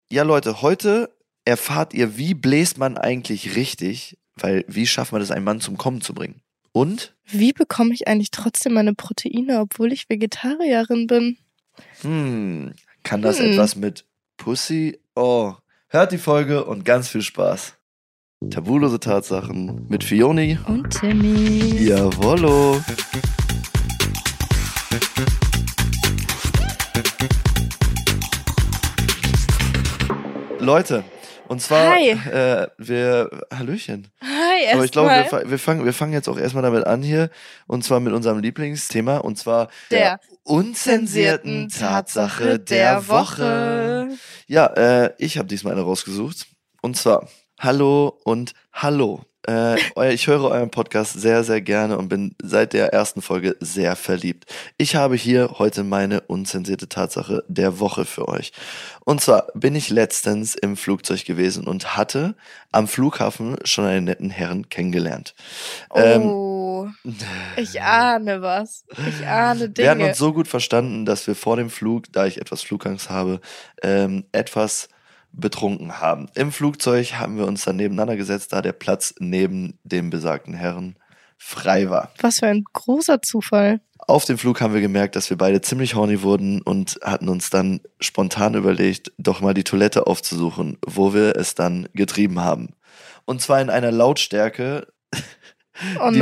Ja, Leute, heute erfahrt ihr, wie bläst man eigentlich richtig, weil wie schafft man es, einen Mann zum Kommen zu bringen? Und? Wie bekomme ich eigentlich trotzdem meine Proteine, obwohl ich Vegetarierin bin? Kann das etwas mit Pussy? Oh, hört die Folge und ganz viel Spaß. Tabulose Tatsachen mit Fioni und Timmy. Jawollo. Leute, und zwar, Hi. Hallöchen. Hi, Aber ich glaube, erstmal. wir fangen jetzt auch erstmal damit an hier, und zwar mit unserem Lieblingsthema, und zwar Der unzensierten Tatsache der Woche. Ja, ich habe diesmal eine rausgesucht, und zwar, hallo und hallo. Ich höre euren Podcast sehr, sehr gerne und bin seit der ersten Folge sehr verliebt. Ich habe hier heute meine unzensierte Tatsache der Woche für euch. Und zwar bin ich letztens im Flugzeug gewesen und hatte am Flughafen schon einen netten Herrn kennengelernt. Ich ahne was. Ich ahne Dinge. Wir hatten uns so gut verstanden, dass wir vor dem Flug, da ich etwas Flugangst habe, etwas betrunken haben. Im Flugzeug haben wir uns dann nebeneinander gesetzt, da der Platz neben dem besagten Herrn frei war. Was für ein großer Zufall. Auf dem Flug haben wir gemerkt, dass wir beide ziemlich horny wurden und hatten uns dann spontan überlegt, doch mal die Toilette aufzusuchen, wo wir es dann getrieben haben. Und zwar in einer Lautstärke, die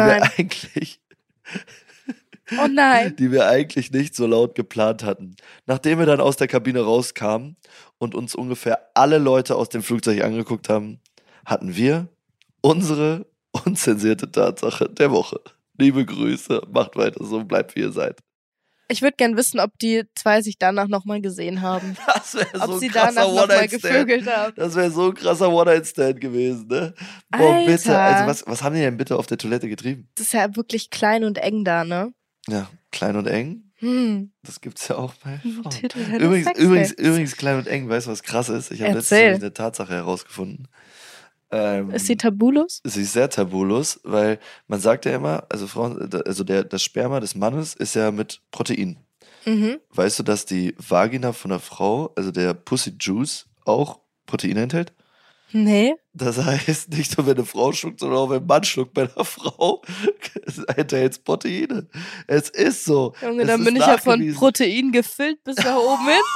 wir eigentlich nicht so laut geplant hatten. Nachdem wir dann aus der Kabine rauskamen und uns ungefähr alle Leute aus dem Flugzeug angeguckt haben, hatten wir unsere unzensierte Tatsache der Woche. Liebe Grüße, macht weiter so, bleibt wie ihr seid. Ich würde gern wissen, ob die zwei sich danach nochmal gesehen haben. Das wäre so ein krasser One-Night-Stand. Das wäre so ein krasser One-Night-Stand gewesen, ne? Boah, Alter. bitte, also was haben die denn bitte auf der Toilette getrieben? Das ist ja wirklich klein und eng da, ne? Ja, klein und eng. Das gibt's ja auch bei Frauen. Übrigens klein und eng, weißt du, was krass ist? Ich habe letztens eine Tatsache herausgefunden. Ist sie tabulos? Sie ist sehr tabulos, weil man sagt ja immer, also Frauen, das Sperma des Mannes ist ja mit Protein. Mhm. Weißt du, dass die Vagina von der Frau, also der Pussy Juice, auch Proteine enthält? Nee. Das heißt, nicht nur wenn eine Frau schluckt, sondern auch wenn ein Mann schluckt bei einer Frau, enthält es Proteine. Es ist so. Junge, dann bin ich ja von Protein gefüllt bis nach oben hin.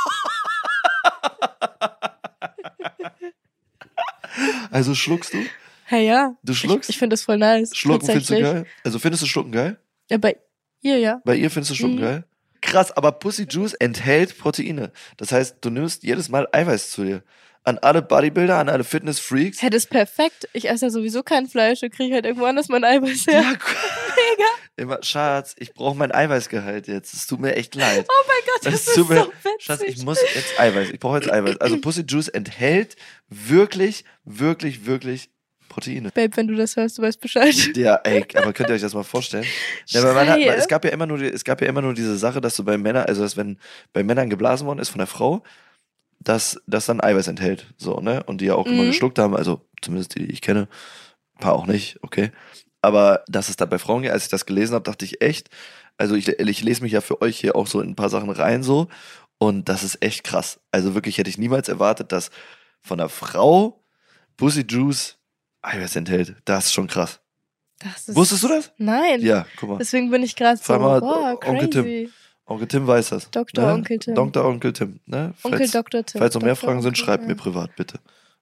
Also schluckst du? Hey, ja. Du schluckst? Ich finde das voll nice. Schlucken findest du geil? Also findest du Schlucken geil? Ja, bei ihr, ja. Bei ihr findest du Schlucken geil? Krass, aber Pussy Juice enthält Proteine. Das heißt, du nimmst jedes Mal Eiweiß zu dir. An alle Bodybuilder, an alle Fitness-Freaks. Hey, das ist perfekt. Ich esse ja sowieso kein Fleisch und kriege halt irgendwo anders mein Eiweiß her. Ja, mega. Immer, Schatz, ich brauche mein Eiweißgehalt jetzt. Es tut mir echt leid. Oh mein Gott, das ist so witzig. Schatz, ich muss jetzt Eiweiß. Ich brauche jetzt Eiweiß. Also Pussy Juice enthält wirklich, wirklich, wirklich Proteine. Babe, wenn du das hörst, du weißt Bescheid. Ja, ey, aber könnt ihr euch das mal vorstellen? Ja, es gab ja immer nur diese Sache, dass du bei Männern, also dass wenn bei Männern geblasen worden ist von der Frau, dass das dann Eiweiß enthält, so, ne? Und die ja auch immer geschluckt haben, also zumindest die ich kenne, ein paar auch nicht, okay. Aber dass es da bei Frauen geht, als ich das gelesen habe, dachte ich echt, also ich lese mich ja für euch hier auch so in ein paar Sachen rein so und das ist echt krass. Also wirklich hätte ich niemals erwartet, dass von einer Frau Pussy Juice Eiweiß enthält. Das ist schon krass. Wusstest du das? Nein. Ja, guck mal. Deswegen bin ich gerade so, Onkel Tim. Onkel Tim weiß das. Dr. Onkel Tim. Dr. Onkel Tim. Ne? Onkel Dr. Tim. Falls noch mehr Fragen sind, schreibt mir privat, bitte.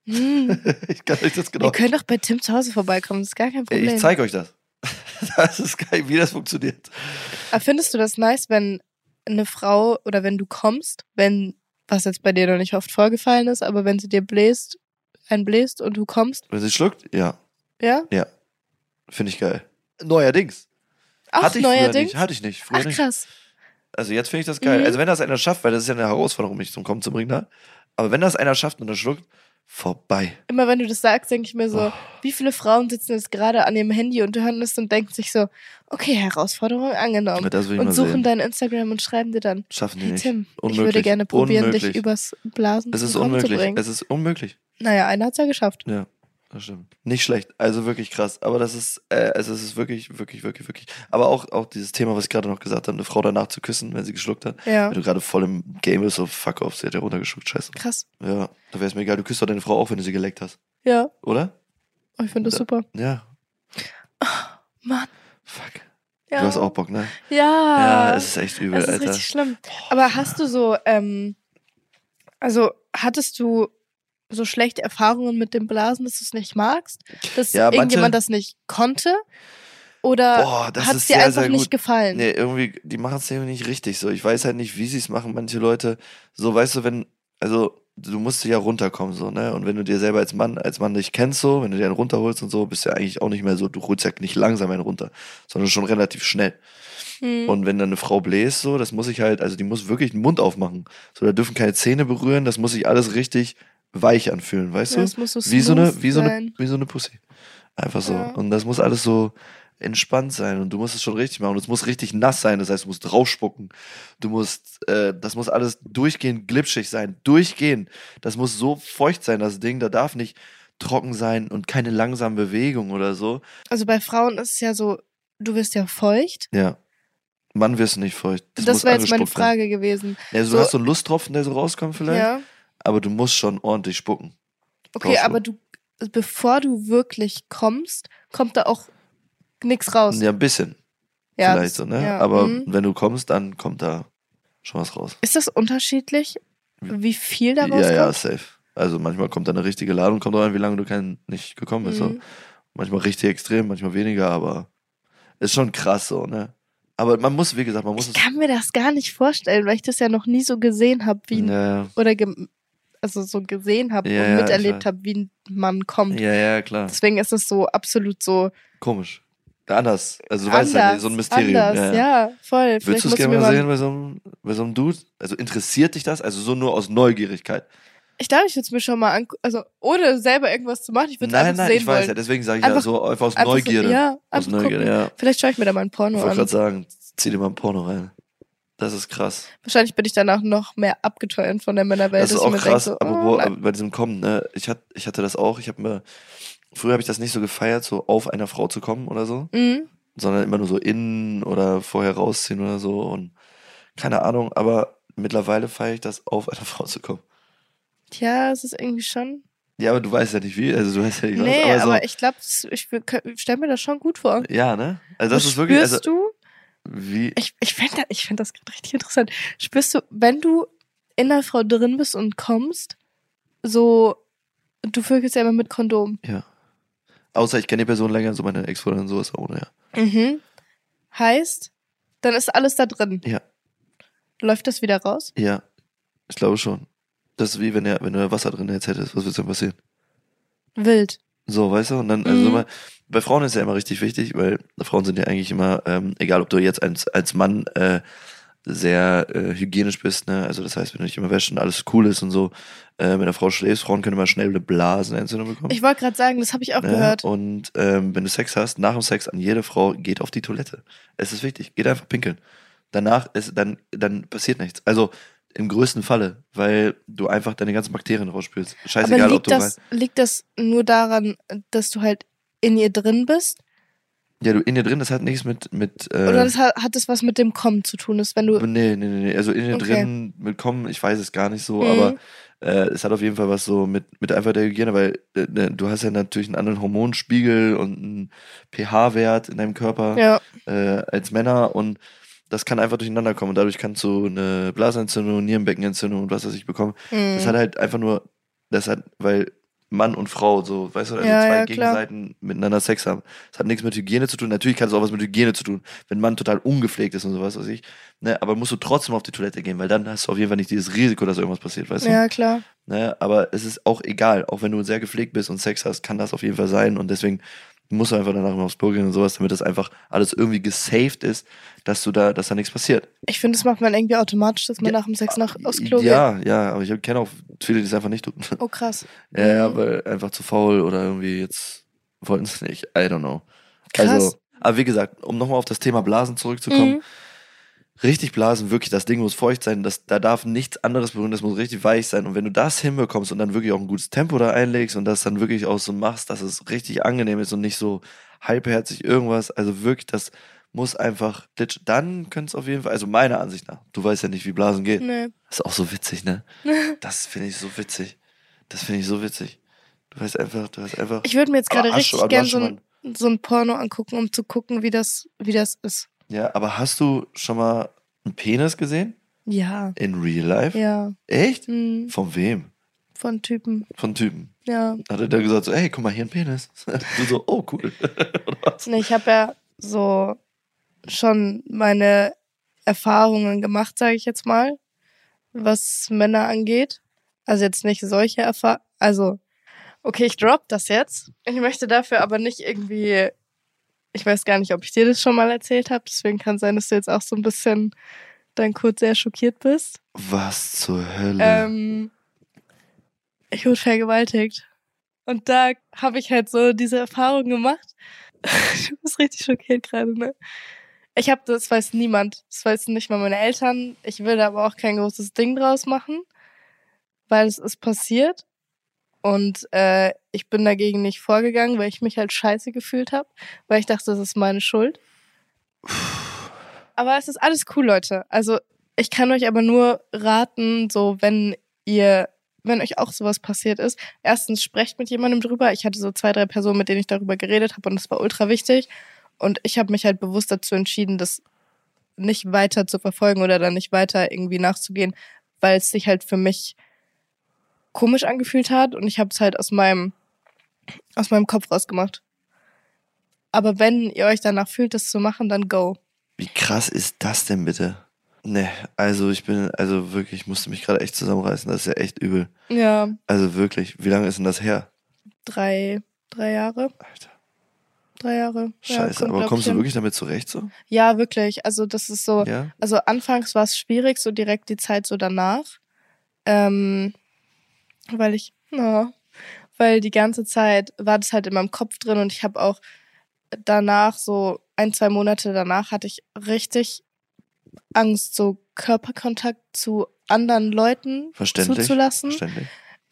Ich kann euch das genau. Ihr könnt doch bei Tim zu Hause vorbeikommen, das ist gar kein Problem. Ich zeige euch das. Das ist geil, wie das funktioniert. Aber findest du das nice, wenn eine Frau oder wenn du kommst, was jetzt bei dir noch nicht oft vorgefallen ist, aber wenn sie dir bläst und du kommst? Wenn sie schluckt? Ja. Ja? Ja. Finde ich geil. Neuerdings. Auch Hatte ich neuerdings? Hatte ich nicht. Früher Ach, krass. Also jetzt finde ich das geil. Also wenn das einer schafft, weil das ist ja eine Herausforderung, mich zum Kommen zu bringen, ne? Aber wenn das einer schafft und er schluckt, vorbei. Immer wenn du das sagst, denke ich mir so, wie viele Frauen sitzen jetzt gerade an ihrem Handy und hören das und denken sich so, okay, Herausforderung angenommen. Das will ich und mal suchen sehen. Dein Instagram und schreiben dir dann, schaffen die hey nicht. Tim, unmöglich. Ich würde gerne probieren, unmöglich. dich übers Blasen Es ist zum Kommen zu unmöglich. bringen. Es ist unmöglich. Naja, einer hat's ja geschafft. Ja. Das stimmt. Nicht schlecht, also wirklich krass. Aber das ist, also es ist wirklich, wirklich, wirklich, wirklich. Aber auch dieses Thema, was ich gerade noch gesagt habe, eine Frau danach zu küssen, wenn sie geschluckt hat. Ja. Wenn du gerade voll im Game bist, so fuck off, sie hat ja runtergeschluckt, scheiße. Krass. Ja, da wäre es mir egal, du küsst doch deine Frau auch, wenn du sie geleckt hast. Ja. Oder? Oh, ich finde das super. Ja. Mann. Fuck. Ja. Du hast auch Bock, ne? Ja. Ja, es ist echt übel, Das ist Alter. richtig schlimm. Aber hast du so, also hattest du so schlechte Erfahrungen mit dem Blasen, dass du es nicht magst? Dass Ja, irgendjemand manche- das nicht konnte? Oder Boah, das hat ist es dir sehr, einfach sehr nicht gut. gefallen? Nee, irgendwie, die machen es irgendwie nicht richtig so. Ich weiß halt nicht, wie sie es machen, manche Leute. So, weißt du, also, du musst ja runterkommen, so, ne? Und wenn du dir selber als Mann nicht kennst, so, wenn du dir einen runterholst und so, bist du ja eigentlich auch nicht mehr so, du holst ja nicht langsam einen runter, sondern schon relativ schnell. Und wenn dann eine Frau bläst, so, das muss ich halt, also die muss wirklich den Mund aufmachen. So, da dürfen keine Zähne berühren, das muss sich alles richtig weich anfühlen, weißt Ja, du? das muss so Wie so eine, smooth wie so eine, sein. wie so eine Pussy. Einfach so. Ja. Und das muss alles so entspannt sein und du musst es schon richtig machen. Und es muss richtig nass sein, das heißt, du musst draufspucken. Das muss alles durchgehend glitschig sein. Durchgehend. Das muss so feucht sein, das Ding. Da darf nicht trocken sein und keine langsame Bewegung oder so. Also bei Frauen ist es ja so, du wirst ja feucht. Ja. Mann wirst du nicht feucht. Das muss wäre jetzt meine angespuckt werden. Frage gewesen. Ja, also So- du hast so einen Lusttropfen, der so rauskommt vielleicht, Ja. aber du musst schon ordentlich spucken. Okay, Rausspucken. aber bevor du wirklich kommst, kommt da auch nichts raus. Ja, ein bisschen Ja, vielleicht das- so, ne? ja, Aber mhm. wenn du kommst, dann kommt da schon was raus. Ist das unterschiedlich, wie viel da Ja, rauskommt? ja, safe. Also manchmal kommt da eine richtige Ladung, kommt auch an, wie lange du nicht gekommen bist. So. Mhm. Manchmal richtig extrem, manchmal weniger, aber ist schon krass so, ne? Aber man muss, wie gesagt, Ich kann mir das gar nicht vorstellen, weil ich das ja noch nie so gesehen habe, ja, also so gesehen habe Ja, und ja, miterlebt ich habe, wie ein Mann kommt. ja, ja, klar. Deswegen ist es so absolut so Komisch. Anders. Also du weißt ja nicht, so ein Mysterium. Anders, ja, voll. Würdest du es muss ich gerne mir mal sehen bei so einem Dude? Also interessiert dich das? Also so nur aus Neugierigkeit? Ich glaube, ich würde es mir schon mal angucken, also ohne selber irgendwas zu machen, ich würde es Nein, einfach nein, sehen ich weiß ja, wollen. deswegen sage ich ja Einfach- so einfach aus Einfach Neugierde. So, ja, Aus einfach Neugierde, gucken. ja. Vielleicht schaue ich mir da mal ein Ich Porno wollte an. gerade sagen, zieh dir mal ein Porno rein. Das ist krass. Wahrscheinlich bin ich danach noch mehr abgeturnt von der Männerwelt. Das ist dass ich auch mir krass, denk so, apropos nein. bei diesem Kommen, ne? Ich hatte das auch, früher habe ich das nicht so gefeiert, so auf einer Frau zu kommen oder so, Mhm. sondern immer nur so innen oder vorher rausziehen oder so und keine Ahnung, aber mittlerweile feiere ich das, auf einer Frau zu kommen. Tja, es ist irgendwie schon. Ja, aber du weißt ja nicht wie, also du weißt ja nicht was, Nee, aber so, aber ich glaube, ich stelle mir das schon gut vor. ja, ne? Also das Und ist wirklich, spürst also, du, wie, ich find das gerade richtig interessant. Spürst du, wenn du in der Frau drin bist und kommst, so, du vögelst ja immer mit Kondom. ja. Außer ich kenne die Person länger, so meine Ex-Freundin, so ist er ohne, ja. Mhm. Heißt, dann ist alles da drin. Ja. Läuft das wieder raus? Ja, ich glaube schon. Das ist wie wenn du Wasser drin jetzt hättest, was würde dann passieren? Wild. So, weißt du? Und dann, also Mhm. immer, bei Frauen ist ja immer richtig wichtig, weil Frauen sind ja eigentlich immer, egal ob du jetzt als Mann sehr hygienisch bist, ne? Also das heißt, wenn du dich immer wäschst und alles cool ist und so, mit einer Frau schläfst, Frauen können immer schnell eine Blasenentzündung bekommen. Ich wollte gerade sagen, das habe ich auch Ne? gehört. Und wenn du Sex hast, nach dem Sex an jede Frau, geht auf die Toilette. Es ist wichtig, geht einfach pinkeln. Danach dann passiert nichts. Also im größten Falle, weil du einfach deine ganzen Bakterien rausspülst. Scheißegal, Aber ob du liegt das nur daran, dass du halt in ihr drin bist? ja, du in dir drin, das hat nichts mit Oder hat das was mit dem Kommen zu tun? Ist, wenn du. nee. Also in dir Okay. drin mit kommen, ich weiß es gar nicht so, Mhm. aber es hat auf jeden Fall was so mit einfach der Hygiene, weil du hast ja natürlich einen anderen Hormonspiegel und einen pH-Wert in deinem Körper Ja. als Männer und das kann einfach durcheinander kommen und dadurch kannst du eine Blasenentzündung, Nierenbeckenentzündung und was weiß ich bekommen. Das Mhm. hat halt einfach nur, weil Mann und Frau so, weißt du, also Ja, zwei ja, klar. Gegenseiten miteinander Sex haben. Das hat nichts mit Hygiene zu tun. Natürlich kann es auch was mit Hygiene zu tun, wenn ein Mann total ungepflegt ist und sowas, weiß ich. Ne, aber musst du trotzdem auf die Toilette gehen, weil dann hast du auf jeden Fall nicht dieses Risiko, dass irgendwas passiert, weißt du? Ja, klar. Ne, aber es ist auch egal, auch wenn du sehr gepflegt bist und Sex hast, kann das auf jeden Fall sein und deswegen musst du einfach danach immer aufs Klo gehen und sowas, damit das einfach alles irgendwie gesaved ist, dass da nichts passiert. Ich finde, das macht man irgendwie automatisch, dass man Ja, nach dem Sex aufs Klo geht. Ja, aber ich kenne auch viele, die es einfach nicht tun. Oh, krass. Ja, Mhm. weil einfach zu faul oder irgendwie jetzt wollten es nicht. I don't know. Krass. Also, aber wie gesagt, um nochmal auf das Thema Blasen zurückzukommen, Mhm. richtig blasen, wirklich, das Ding muss feucht sein, da darf nichts anderes berühren, das muss richtig weich sein. Und wenn du das hinbekommst und dann wirklich auch ein gutes Tempo da einlegst und das dann wirklich auch so machst, dass es richtig angenehm ist und nicht so halbherzig irgendwas, also wirklich, das muss einfach, dann könnte es auf jeden Fall, also meiner Ansicht nach, du weißt ja nicht, wie Blasen geht. Nee. Das ist auch so witzig, ne? Das finde ich so witzig. Das finde ich so witzig. Du hast einfach. Ich würde mir jetzt gerade richtig gern schon so ein Porno angucken, um zu gucken, wie das ist. Ja, aber hast du schon mal einen Penis gesehen? Ja. In real life? Ja. Echt? Mhm. Von wem? Von Typen. Von Typen. Ja. Hat er da gesagt so, hey, guck mal, hier ein Penis. Du so, oh, cool. Oder was? Nee, ich habe ja so schon meine Erfahrungen gemacht, sage ich jetzt mal, was Männer angeht. Also jetzt nicht solche Erfahrungen, also okay, ich drop das jetzt. Ich möchte dafür aber nicht irgendwie, ich weiß gar nicht, ob ich dir das schon mal erzählt habe, deswegen kann sein, dass du jetzt auch so ein bisschen dann kurz sehr schockiert bist. Was zur Hölle? Ich wurde vergewaltigt. Und da habe ich halt so diese Erfahrung gemacht. Du bist richtig schockiert gerade, ne? Das weiß niemand. Das weiß nicht mal meine Eltern. Ich will da aber auch kein großes Ding draus machen, weil es ist passiert. Und ich bin dagegen nicht vorgegangen, weil ich mich halt scheiße gefühlt habe, weil ich dachte, das ist meine Schuld. Aber es ist alles cool, Leute. Also ich kann euch aber nur raten, so wenn euch auch sowas passiert ist, erstens sprecht mit jemandem drüber. Ich hatte so 2, 3 Personen, mit denen ich darüber geredet habe und das war ultra wichtig. Und ich habe mich halt bewusst dazu entschieden, das nicht weiter zu verfolgen oder dann nicht weiter irgendwie nachzugehen, weil es sich halt für mich komisch angefühlt hat und ich habe es halt aus meinem Kopf rausgemacht. Aber wenn ihr euch danach fühlt, das zu machen, dann go. Wie krass ist das denn bitte? Ne, also wirklich, ich musste mich gerade echt zusammenreißen, das ist ja echt übel. Ja. Also wirklich, wie lange ist denn das her? 3 Jahre. Alter. 3 Jahre. Scheiße, Ja, aber kommst du wirklich damit zurecht so? Ja, wirklich. Also das ist so, Ja? also anfangs war es schwierig, so direkt die Zeit so danach. Weil die ganze Zeit war das halt in meinem Kopf drin und ich habe auch danach, so 1, 2 Monate danach, hatte ich richtig Angst, so Körperkontakt zu anderen Leuten zuzulassen. Verständlich.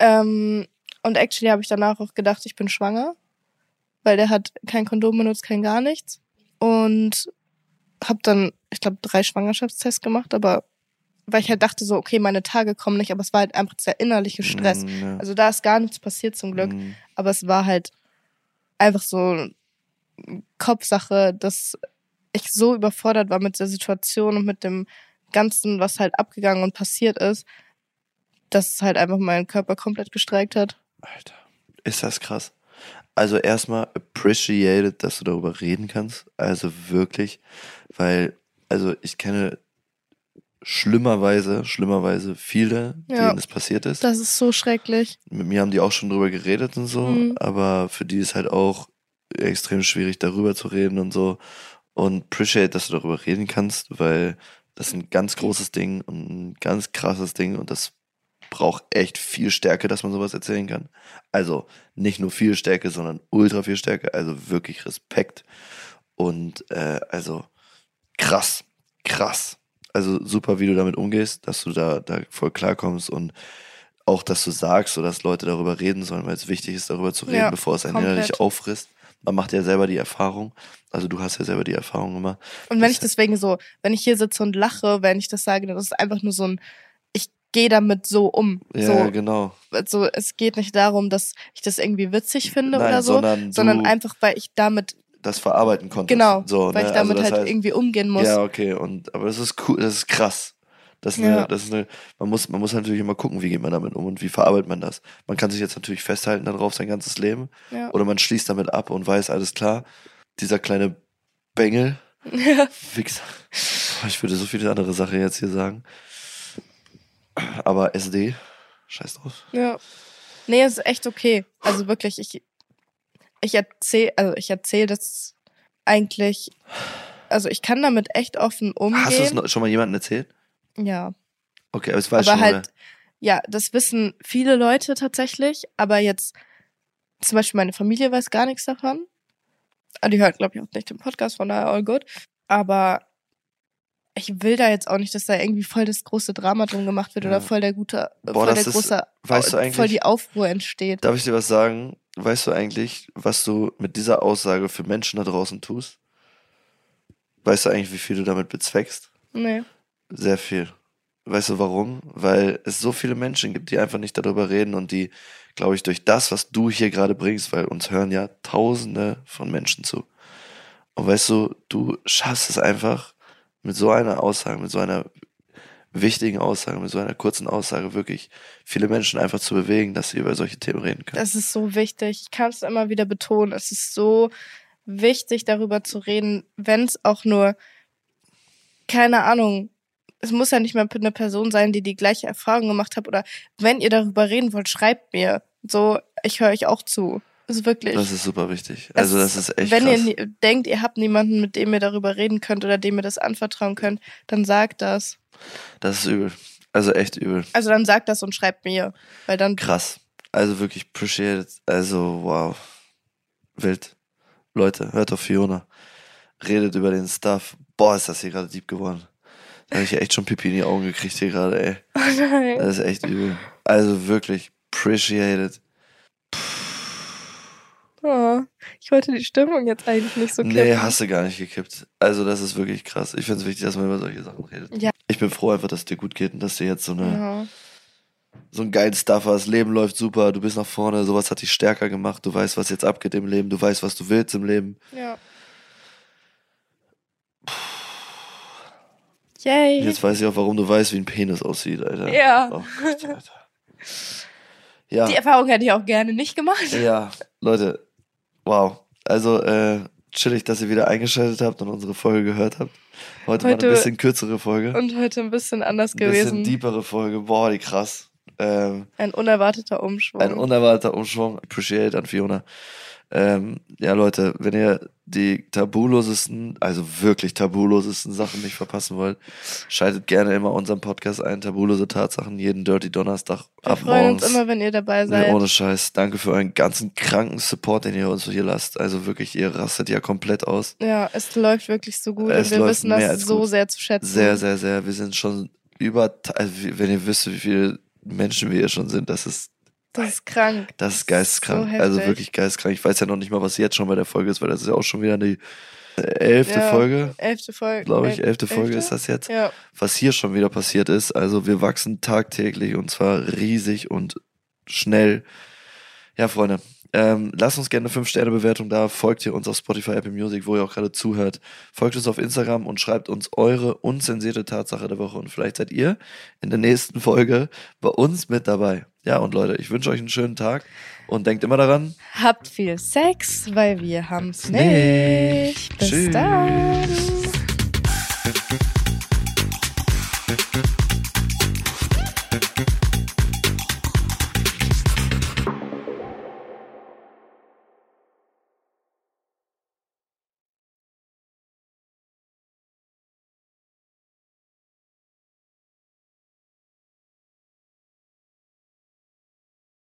Und actually habe ich danach auch gedacht, ich bin schwanger, weil der hat kein Kondom benutzt, kein gar nichts. Und habe dann, ich glaube, 3 Schwangerschaftstests gemacht, aber weil ich halt dachte so, okay, meine Tage kommen nicht, aber es war halt einfach der innerliche Stress. Ja. Also da ist gar nichts passiert zum Glück, aber es war halt einfach so Kopfsache, dass ich so überfordert war mit der Situation und mit dem Ganzen, was halt abgegangen und passiert ist, dass es halt einfach meinen Körper komplett gestreikt hat. Alter, ist das krass. Also erstmal appreciate it, dass du darüber reden kannst. Also wirklich, weil, also ich kenne schlimmerweise viele, denen es passiert ist. Das ist so schrecklich. Mit mir haben die auch schon drüber geredet und so, aber für die ist halt auch extrem schwierig, darüber zu reden und so. Und appreciate, dass du darüber reden kannst, weil das ist ein ganz großes Ding und ein ganz krasses Ding und das braucht echt viel Stärke, dass man sowas erzählen kann. Also nicht nur viel Stärke, sondern ultra viel Stärke. Also wirklich Respekt und also krass. Also super, wie du damit umgehst, dass du da voll klarkommst und auch, dass du sagst, so dass Leute darüber reden sollen, weil es wichtig ist, darüber zu reden, bevor es einen innerlich auffrisst. Man macht ja selber die Erfahrung. Also du hast ja selber die Erfahrung gemacht. Und wenn ich deswegen so, wenn ich hier sitze und lache, wenn ich das sage, dann ist es einfach nur so ich gehe damit so um. Ja, so, genau. Also es geht nicht darum, dass ich das irgendwie witzig finde Nein, oder so, sondern einfach, weil ich damit das verarbeiten konntest. Genau, so, weil ich damit also halt irgendwie umgehen muss. Ja, okay, aber das ist cool, das ist krass. Man muss natürlich immer gucken, wie geht man damit um und wie verarbeitet man das. Man kann sich jetzt natürlich festhalten darauf sein ganzes Leben. Ja. Oder man schließt damit ab und weiß, alles klar, dieser kleine Bengel, Wichser. Ich würde so viele andere Sachen jetzt hier sagen. Aber SD, scheiß drauf. Ja. Nee, es ist echt okay. Also wirklich, ich erzähle das eigentlich, also ich kann damit echt offen umgehen. Hast du es schon mal jemandem erzählt? Ja. Okay, aber es weiß schon halt, ja, das wissen viele Leute tatsächlich, aber jetzt zum Beispiel meine Familie weiß gar nichts davon. Die hört, glaube ich, auch nicht den Podcast, von daher all good. Aber ich will da jetzt auch nicht, dass da irgendwie voll das große Drama drum gemacht wird oder voll der gute, voll die Aufruhr entsteht. Darf ich dir was sagen? Weißt du eigentlich, was du mit dieser Aussage für Menschen da draußen tust? Weißt du eigentlich, wie viel du damit bezweckst? Nee. Sehr viel. Weißt du warum? Weil es so viele Menschen gibt, die einfach nicht darüber reden und die, glaube ich, durch das, was du hier gerade bringst, weil uns hören ja Tausende von Menschen zu. Und weißt du, du schaffst es einfach mit so einer Aussage, mit so einer wichtigen Aussage, mit so einer kurzen Aussage wirklich viele Menschen einfach zu bewegen, dass sie über solche Themen reden können. Das ist so wichtig. Ich kann es immer wieder betonen. Es ist so wichtig, darüber zu reden, wenn es auch nur, keine Ahnung, es muss ja nicht mal eine Person sein, die die gleiche Erfahrung gemacht hat. Oder wenn ihr darüber reden wollt, schreibt mir. So, ich höre euch auch zu. Das ist wirklich. Das ist super wichtig. Also das ist echt wenn krass. Wenn ihr denkt, ihr habt niemanden, mit dem ihr darüber reden könnt oder dem ihr das anvertrauen könnt, dann sagt das. Das ist übel. Also echt übel. Also dann sagt das und schreibt mir. Weil dann. Krass. Also wirklich appreciate it. Also wow. Wild. Leute, hört auf Fiona. Redet über den Stuff. Boah, ist das hier gerade deep geworden. Da habe ich echt schon Pipi in die Augen gekriegt hier gerade, ey. Oh nein. Das ist echt übel. Also wirklich, appreciate it. Oh, ich wollte die Stimmung jetzt eigentlich nicht so kippen. Nee, hast du gar nicht gekippt. Also das ist wirklich krass. Ich finde es wichtig, dass man über solche Sachen redet. Ja. Ich bin froh einfach, dass es dir gut geht und dass du jetzt so einen geilen Stuff hast. Leben läuft super, du bist nach vorne, sowas hat dich stärker gemacht. Du weißt, was jetzt abgeht im Leben, du weißt, was du willst im Leben. Ja. Yay. Jetzt weiß ich auch, warum du weißt, wie ein Penis aussieht, Alter. Ja. Oh Gott, Alter. Ja. Die Erfahrung hätte ich auch gerne nicht gemacht. Ja, Leute, wow. Also, chillig, dass ihr wieder eingeschaltet habt und unsere Folge gehört habt. Heute war eine bisschen kürzere Folge. Und heute ein bisschen anders gewesen. Ein bisschen deepere Folge. Boah, die krass. Ein unerwarteter Umschwung. Ein unerwarteter Umschwung. Appreciate an Fiona. Ja, Leute, wenn ihr die tabulosesten, also wirklich tabulosesten Sachen nicht verpassen wollt, schaltet gerne immer unseren Podcast ein, Tabulose Tatsachen, jeden Dirty Donnerstag ab morgens. Wir freuen uns immer, wenn ihr dabei seid. Nee, ohne Scheiß. Danke für euren ganzen kranken Support, den ihr uns hier lasst. Also wirklich, ihr rastet ja komplett aus. Ja, es läuft wirklich so gut und wir wissen das so sehr zu schätzen. Sehr, sehr, sehr. Wir sind schon also wenn ihr wisst, wie viele Menschen wir hier schon sind, das ist krank. Das ist geisteskrank. So also wirklich geisteskrank. Ich weiß ja noch nicht mal, was jetzt schon bei der Folge ist, weil das ist ja auch schon wieder die 11. Folge. 11. Folge. Glaube ich, 11. Folge ist das jetzt. Ja. Was hier schon wieder passiert ist. Also wir wachsen tagtäglich und zwar riesig und schnell. Ja, Freunde. Lasst uns gerne eine 5-Sterne-Bewertung da. Folgt ihr uns auf Spotify, Apple Music, wo ihr auch gerade zuhört. Folgt uns auf Instagram und schreibt uns eure unzensierte Tatsache der Woche. Und vielleicht seid ihr in der nächsten Folge bei uns mit dabei. Ja, und Leute, ich wünsche euch einen schönen Tag und denkt immer daran. Habt viel Sex, weil wir haben's nicht. Bis dann.